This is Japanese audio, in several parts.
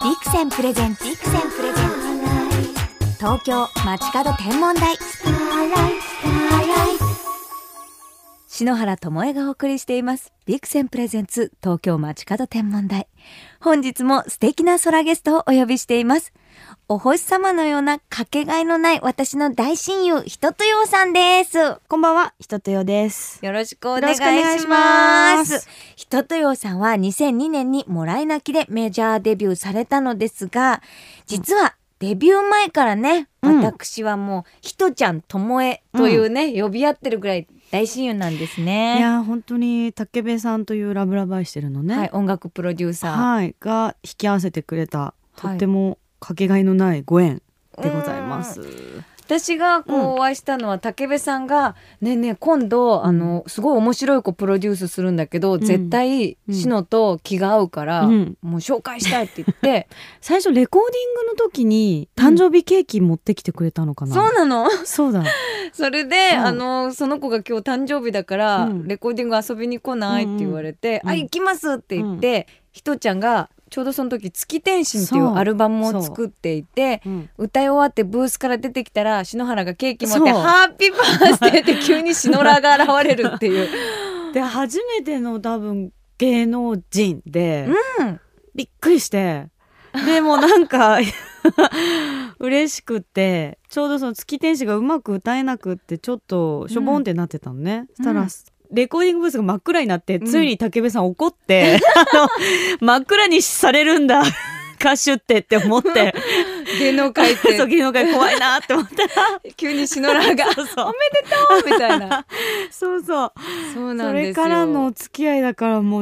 ビクセンプレゼンツ東京街角天文台。篠原智恵がお送りしていますビクセンプレゼンツ東京街角天文台。本日も素敵な空ゲストをお呼びしています。お星様のようなかけがえのない私の大親友、ひととようさんです。 こんばんは、ひととよです。 よろしくお願いします。ひととようさんは2002年にもらい泣きでメジャーデビューされたのですが、実はデビュー前からね、私はもうひとちゃんともえというね、呼び合ってるぐらい大親友なんですね。 いや本当に武部さんというラブラブ愛してるのね、 はい、音楽プロデューサー、 はい、が引き合わせてくれた、とってもかけがえのないご縁でございます。 私がこうお会いしたのは、武部さんがねえねえ今度すごい面白い子プロデュースするんだけど、絶対シノと気が合うから、もう紹介したいって言って、 最初レコーディングの時に誕生日ケーキ持ってきてくれたのかな、 そうなのそうだそれで、その子が今日誕生日だから、レコーディング遊びに来ないって言われて、あ、行きますって言って、ひとちゃんがちょうどその時月天心っていうアルバムを作っていて、歌い終わってブースから出てきたら篠原がケーキ持ってハッピーバースデーって急にシノラが現れるっていうで初めての多分芸能人で、びっくりして、でもなんか嬉しくって、ちょうどその月天使がうまく歌えなくってちょっとしょぼんってなってたのね、そしたら、レコーディングブースが真っ暗になって、ついに武部さん怒って、真っ暗にされるんだ歌手って思って芸能界ってそう、芸能界怖いなって思ったら急にシノラがそうそうおめでとうみたいなそうそうそうなんですよ。 それからのお付き合いだからもう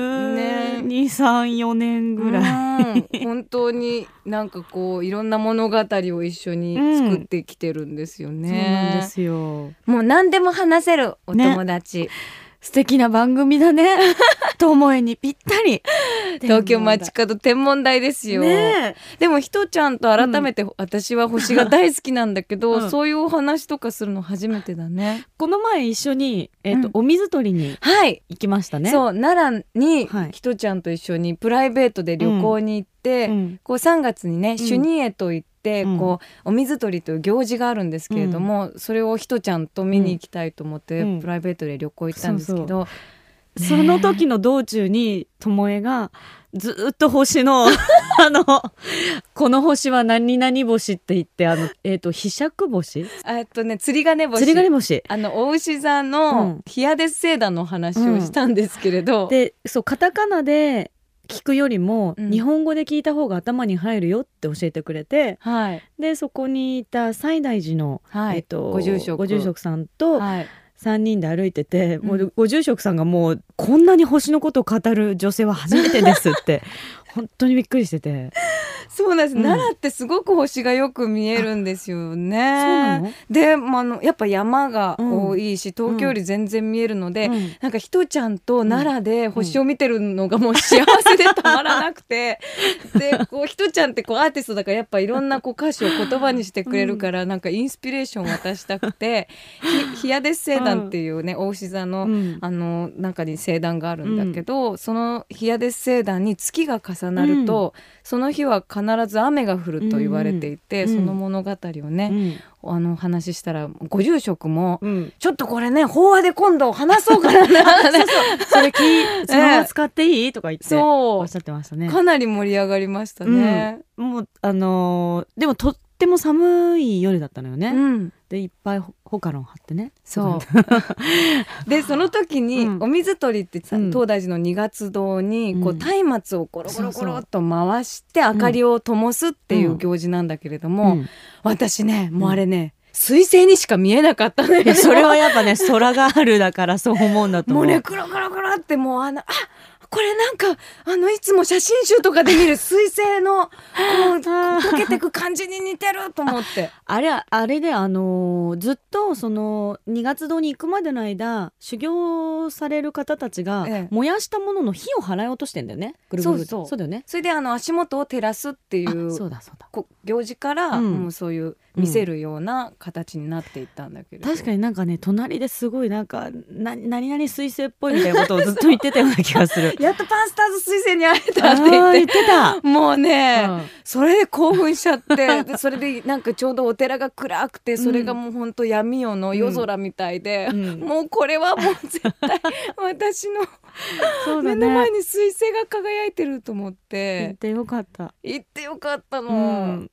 12、3、4年ぐらい、 本当になんかこういろんな物語を一緒に作ってきてるんですよね、 そうなんですよ。 もう何でも話せるお友達、 素敵な番組だねともえにぴったり東京街角天文台ですよ、でもひとちゃんと改めて、私は星が大好きなんだけど、そういうお話とかするの初めてだね。 この前一緒に、お水取りに行きましたね、 そう奈良にひとちゃんと一緒にプライベートで旅行に行って、こう3月にね修二会と行って、こうお水取りという行事があるんですけれども、それをひとちゃんと見に行きたいと思って、プライベートで旅行行ったんですけど、 その時の道中にともえがずっと星のこの星は何々星って言って飛釈星釣り鐘星お牛座のヒアデス星団の話をしたんですけれど、 でそうカタカナで聞くよりも、日本語で聞いた方が頭に入るよって教えてくれて、でそこにいた西大寺の、ご住職さんと、3人で歩いてて、もうご住職さんがもうこんなに星のことを語る女性は初めてですって本当にびっくりしててそうなんです、奈良ってすごく星がよく見えるんですよね。で、やっぱ山が多いし、東京より全然見えるので、なんかひとちゃんと奈良で星を見てるのがもう幸せでたまらなくて、でこうひとちゃんってこうアーティストだからやっぱいろんなこう歌詞を言葉にしてくれるから、なんかインスピレーションを渡したくてヒアデス星団っていうね、大牛座の、中に星団があるんだけど、そのヒアデス星団に月が重なると、その日は必ず雨が降ると言われていて、その物語をね、話したらご住職も、ちょっとこれね法話で今度話そうからなそれそのまま使っていいとか言っておっしゃってましたね。 かなり盛り上がりましたね、 もうでもとっても寒い夜だったのよね、でいっぱいホカロン貼ってね。 そうでその時に、お水取りって東大寺の二月堂にこう松明をゴロゴロゴロっと回して明かりを灯すっていう行事なんだけれども、私ねもうあれね、水星にしか見えなかったのよね。 それはやっぱね空があるだからそう思うんだと思う。 もうねクロクロクロってもうこれなんかいつも写真集とかで見る水星のこう溶けてく感じに似てると思ってあれでずっとその二月堂に行くまでの間修行される方たちが燃やしたものの火を払い落としてんだよね。ぐるぐるそうだよね。 それで足元を照らすっていう行事から、もうそういう見せるような形になっていったんだけど、 確かになんかね隣ですごいなんか何々彗星っぽいみたいなことをずっと言ってたような気がするやっとパンスターズ彗星に会えたって言ってたもうね、それで興奮しちゃってでそれでなんかちょうどお寺が暗くてそれがもうほんと闇夜の夜空みたいで、もうこれはもう絶対私の目の前に彗星が輝いてると思って行ってよかったの、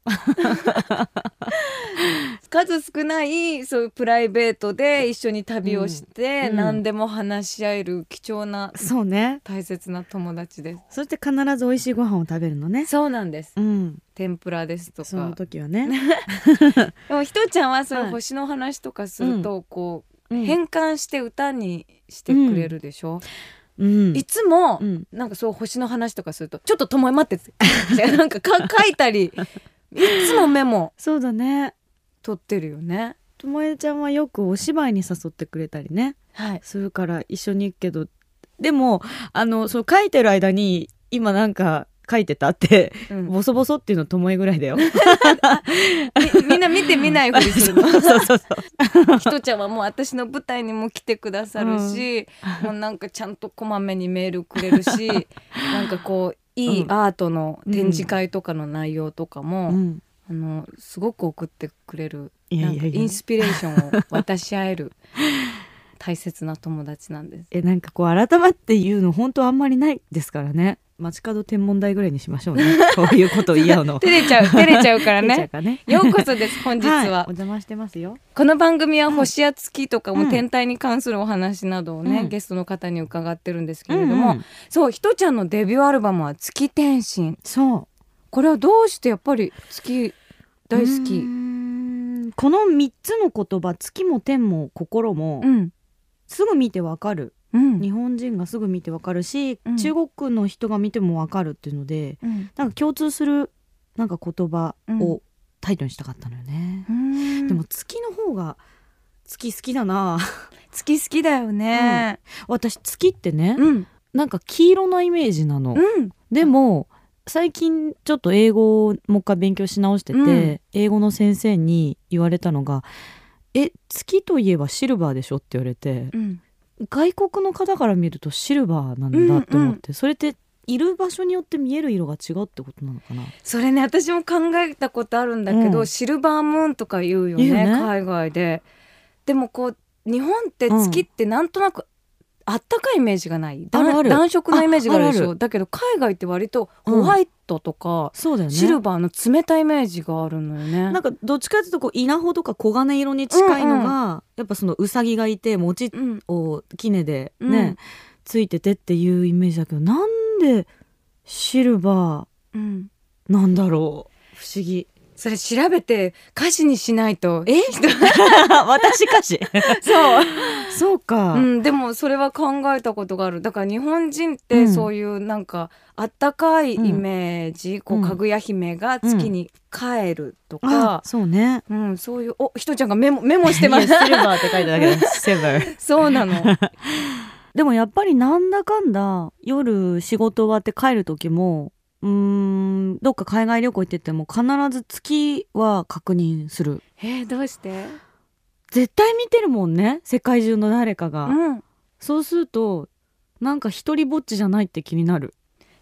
数少ないそういうプライベートで一緒に旅をして、何でも話し合える貴重な、 そうね、 大切な友達です。 そして必ず美味しいご飯を食べるのね。 そうなんです、天ぷらですとか、 その時はねでもひとちゃんはそういう星の話とかすると、こう変換して歌にしてくれるでしょ、いつも、なんかそう星の話とかするとちょっとともえ待ってなんか書いたりいつもメモそうだね取ってるよね。 ともえちゃんはよくお芝居に誘ってくれたりね、するから一緒に行くけど、でもそう書いてる間に今なんか書いてたって、ボソボソっていうのともえぐらいだよみんな見てみないふりするのそうひとちゃんはもう私の舞台にも来てくださるし、もうなんかちゃんとこまめにメールくれるしなんかこういいアートの展示会とかの内容とかも、すごく送ってくれる、なんかインスピレーションを渡し合える大切な友達なんです。 なんかこう改まって言うの本当あんまりないですからね。街角天文台ぐらいにしましょうねそういうことを言い合うの照れちゃうからねようこそです。本日は、 お邪魔してますよ。 この番組は星や月とかも天体に関するお話などをね、ゲストの方に伺ってるんですけれども、そうひとちゃんのデビューアルバムは月天心。そうこれはどうしてやっぱり月大好き？ この3つの言葉、月も天も心も、すぐ見てわかる、日本人がすぐ見てわかるし、中国の人が見てもわかるっていうので、なんか共通するなんか言葉をタイトルにしたかったのよね。でも月の方が月好きだな月好きだよね、 私月ってね、なんか黄色なイメージなの、でも最近ちょっと英語をもう一回勉強し直してて、英語の先生に言われたのが月といえばシルバーでしょって言われて、外国の方から見るとシルバーなんだって思って、それっている場所によって見える色が違うってことなのかな。 それね私も考えたことあるんだけど、シルバームーンとか言うよね、海外で。でもこう日本って月ってなんとなくあったかいイメージがない、暖色なイメージがあるでしょ。だけど海外って割とホワイトとか、シルバーの冷たいイメージがあるのよね。 なんかどっちかというとこう稲穂とか黄金色に近いのが、やっぱそのウサギがいて餅を杵でね、ついててっていうイメージだけど、なんでシルバーなんだろう、不思議。 それ調べて歌詞にしないと。 私歌詞そうか、 でもそれは考えたことがある。だから日本人ってそういうなんかあったかいイメージ、こうかぐや姫が月に帰るとか、 そうね、 そういうひとちゃんがメモしてますシルバーって書いただけでセブンそうなのでもやっぱりなんだかんだ夜仕事終わって帰る時もどっか海外旅行行ってても必ず月は確認する。 どうして？ 絶対見てるもんね、世界中の誰かが、そうするとなんか一人ぼっちじゃないって気になる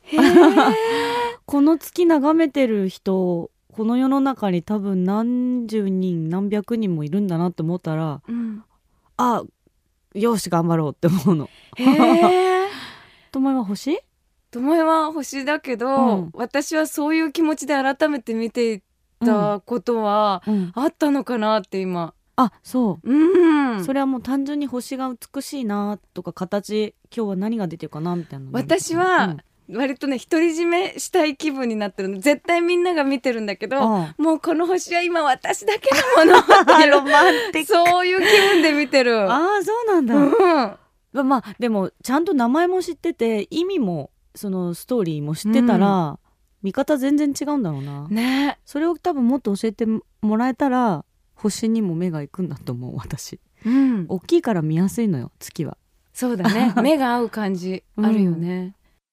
この月眺めてる人この世の中に多分何十人何百人もいるんだなって思ったら、よし頑張ろうって思うの。ともえは星？ ともえは星だけど、私はそういう気持ちで改めて見ていたことはあったのかなって今。 そう、それはもう単純に星が美しいなとか形、今日は何が出てるかなみたいな。 私は割とね独り占めしたい気分になってるの。絶対みんなが見てるんだけど、もうこの星は今私だけのものロマンティックそういう気分で見てる。 そうなんだ、まあでもちゃんと名前も知ってて意味もそのストーリーも知ってたら、見方全然違うんだろうな、それを多分もっと教えてもらえたら星にも目が行くんだと思う私、大きいから見やすいのよ月は。 そうだね目が合う感じあるよね、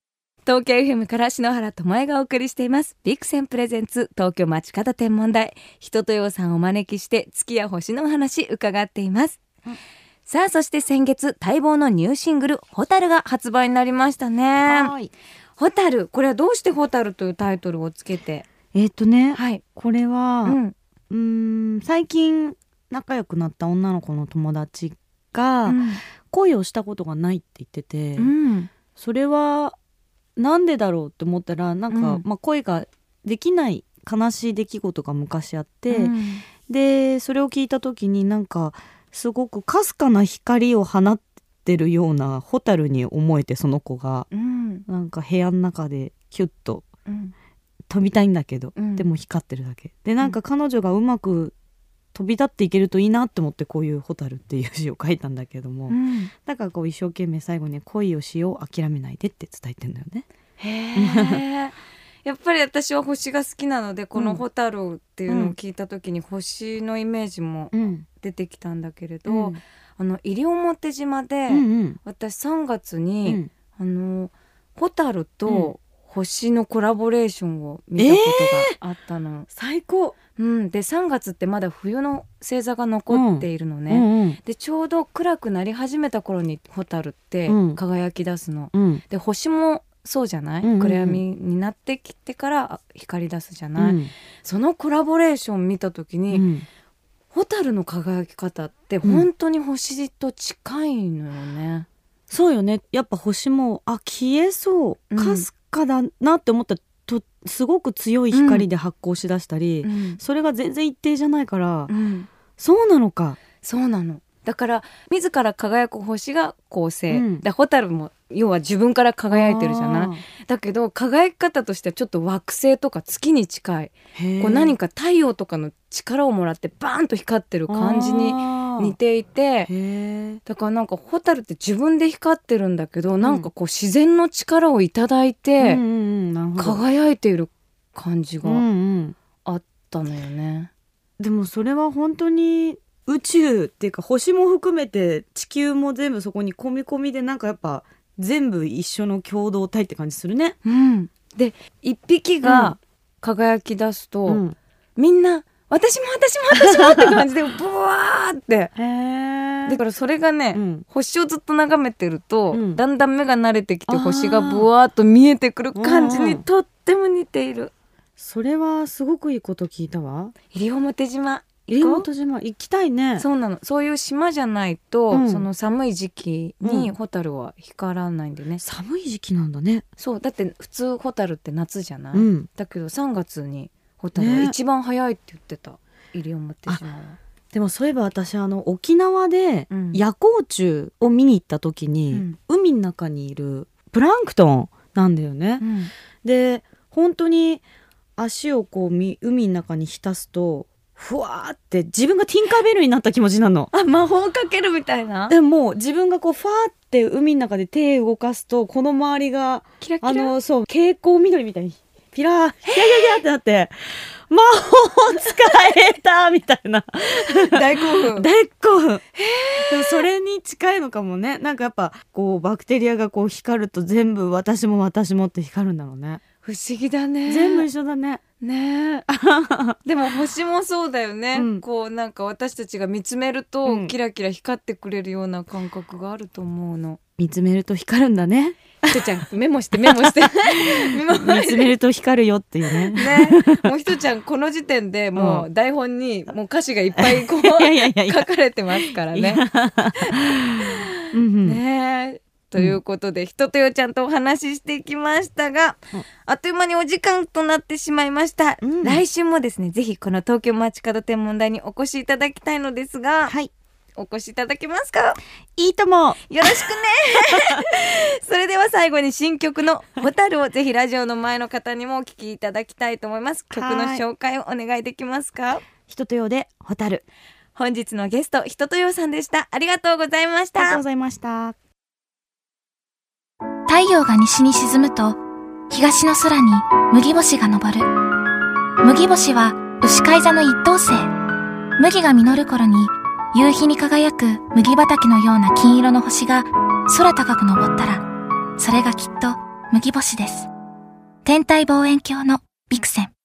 東京 FM から篠原智恵がお送りしていますビクセンプレゼンツ東京街角天文台、人とようさんをお招きして月や星の話伺っています、さあそして先月待望のニューシングルホタルが発売になりましたね。ホタル、これはどうしてホタルというタイトルをつけて。 はい、これは、最近仲良くなった女の子の友達が恋をしたことがないって言ってて、それはなんでだろうって思ったらなんか、恋ができない悲しい出来事が昔あって、でそれを聞いた時になんかすごくかすかな光を放ってるようなホタルに思えて、その子が、なんか部屋の中でキュッと、飛びたいんだけど、でも光ってるだけで、なんか彼女がうまく飛び立っていけるといいなって思ってこういうホタルっていう詩を書いたんだけども、だからこう一生懸命最後に恋をしよう諦めないでって伝えてんだよね。 へーやっぱり私は星が好きなので、このホタルっていうのを聞いた時に星のイメージも出てきたんだけれど、西表島で、私3月に、ホタルと星のコラボレーションを見たことがあったの、 最高。 で3月ってまだ冬の星座が残っているのね、でちょうど暗くなり始めた頃にホタルって輝き出すの、で星もそうじゃない、暗闇になってきてから光り出すじゃない、そのコラボレーション見た時に、ホタルの輝き方って本当に星と近いのよね、 そうよね。やっぱ星も消えそう、かすかだなって思ったとすごく強い光で発光しだしたり、それが全然一定じゃないから、そうなのか。 そうなの。だから自ら輝く星が恒星、でホタルも要は自分から輝いてるじゃない。だけど輝き方としてはちょっと惑星とか月に近い、こう何か太陽とかの力をもらってバーンと光ってる感じに似ていて、だからなんかホタルって自分で光ってるんだけど、なんかこう自然の力をいただいて輝いている感じがあったのよね。 でもそれは本当に宇宙っていうか星も含めて地球も全部そこに込み込みで、なんかやっぱ全部一緒の共同体って感じするね。 で一匹が輝き出すと、みんな私もって感じでブワーってだからそれがね、星をずっと眺めてると、だんだん目が慣れてきて星がブワーっと見えてくる感じにとっても似ている。 それはすごくいいこと聞いたわ。 西表島行きたいね。 そうなの。そういう島じゃないと、その寒い時期にホタルは光らないんでね、 寒い時期なんだね。 そうだって普通ホタルって夏じゃない、だけど3月にホタルは一番早いって言ってた、西表島は。 でもそういえば私沖縄で夜光虫を見に行った時に、海の中にいるプランクトンなんだよね、で本当に足をこう海の中に浸すとふわーって自分がティンカーベルになった気持ちなの。 魔法かけるみたいな。 でも自分がこうファーって海の中で手を動かすと、この周りがキラキラ、 そう蛍光緑みたいにピラーヒャヒャヒャってなって、魔法使えたみたいな大興奮でもそれに近いのかもね。なんかやっぱこうバクテリアがこう光ると全部私もって光るんだろうね。 不思議だね。 全部一緒だね。 でも星もそうだよね、こうなんか私たちが見つめると、キラキラ光ってくれるような感覚があると思うの。 見つめると光るんだね。 ひとちゃんメモして見つめると光るよっていうね。 もうひとちゃんこの時点でもう台本にもう歌詞がいっぱいこう書かれてますからね。ねということで、ひととよちゃんとお話ししていきましたが、あっという間にお時間となってしまいました、来週もですね、ぜひこの東京街角天文台にお越しいただきたいのですが、お越しいただけますか？ いいとも。 よろしくねそれでは最後に新曲のホタルをぜひラジオの前の方にもお聴きいただきたいと思います。曲の紹介をお願いできますか？ ひととよでホタル。 本日のゲストひととよさんでした。ありがとうございました。 ありがとうございました。 太陽が西に沈むと東の空に麦星が昇る。麦星は牛飼い座の一等星。麦が実る頃に夕日に輝く麦畑のような金色の星が空高く昇ったら、それがきっと麦星です。天体望遠鏡のビクセン。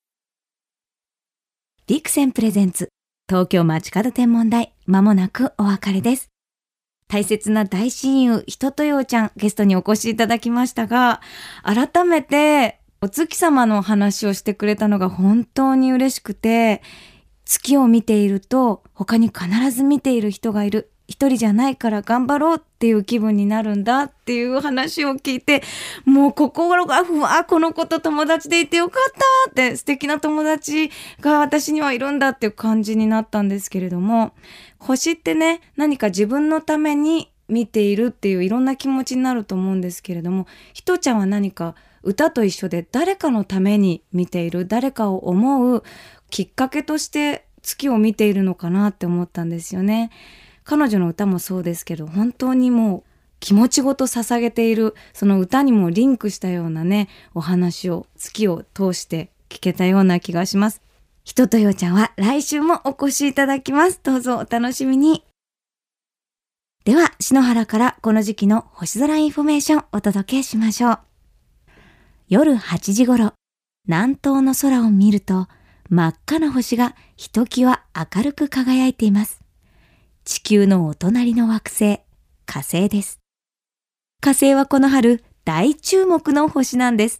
ビクセンプレゼンツ東京街角天文台、まもなくお別れです。大切な大親友ひととようちゃん、ゲストにお越しいただきましたが、改めてお月様の話をしてくれたのが本当に嬉しくて、月を見ていると他に必ず見ている人がいる、一人じゃないから頑張ろうっていう気分になるんだっていう話を聞いて、もう心がふわ、この子と友達でいてよかったって、素敵な友達が私にはいるんだっていう感じになったんですけれども、星ってね、何か自分のために見ているっていういろんな気持ちになると思うんですけれども、ひとちゃんは何か歌と一緒で誰かのために見ている、誰かを思うきっかけとして月を見ているのかなって思ったんですよね。彼女の歌もそうですけど、本当にもう気持ちごと捧げている、その歌にもリンクしたようなね、お話を月を通して聞けたような気がします。ひととよちゃんは来週もお越しいただきます。どうぞお楽しみに。では、篠原からこの時期の星空インフォメーションお届けしましょう。夜8時頃、南東の空を見ると真っ赤な星がひときわ明るく輝いています。地球のお隣の惑星、火星です。火星はこの春大注目の星なんです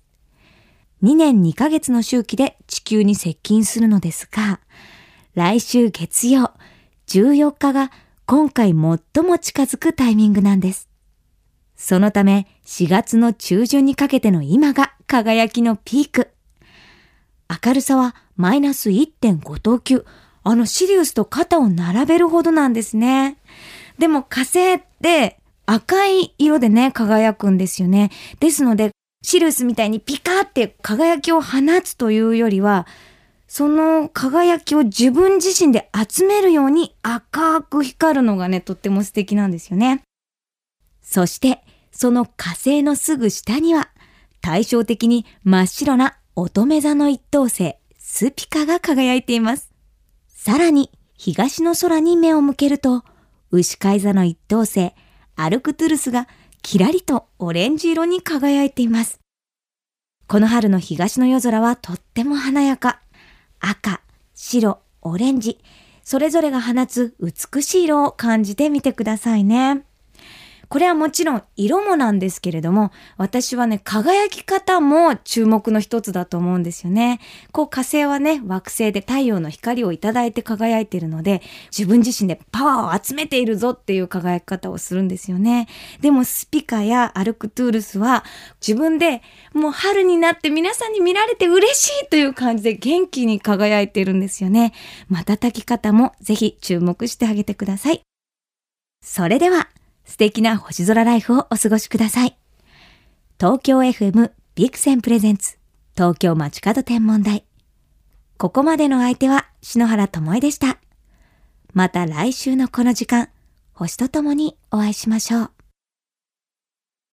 。2年2ヶ月の周期で地球に接近するのですが、来週月曜14日が今回最も近づくタイミングなんです。そのため4月の中旬にかけての今が輝きのピーク。明るさはマイナス 1.5 等級。シリウスと肩を並べるほどなんですね。でも火星って赤い色でね、輝くんですよね。ですので、シリウスみたいにピカって輝きを放つというよりは、その輝きを自分自身で集めるように赤く光るのがね、とっても素敵なんですよね。そして、その火星のすぐ下には、対照的に真っ白な乙女座の一等星、スピカが輝いています。さらに東の空に目を向けると、牛飼座の一等星アルクトゥルスがキラリとオレンジ色に輝いています。この春の東の夜空はとっても華やか。赤、白、オレンジ、それぞれが放つ美しい色を感じてみてくださいね。これはもちろん色もなんですけれども、私はね、輝き方も注目の一つだと思うんですよね。火星はね、惑星で太陽の光をいただいて輝いているので、自分自身でパワーを集めているぞっていう輝き方をするんですよね。でもスピカやアルクトゥールスは自分でもう春になって皆さんに見られて嬉しいという感じで元気に輝いているんですよね。瞬き方もぜひ注目してあげてください。それでは、素敵な星空ライフをお過ごしください。東京 FM ビクセンプレゼンツ東京街角天文台。ここまでの相手は篠原ともえでした。また来週のこの時間、星とともにお会いしましょう。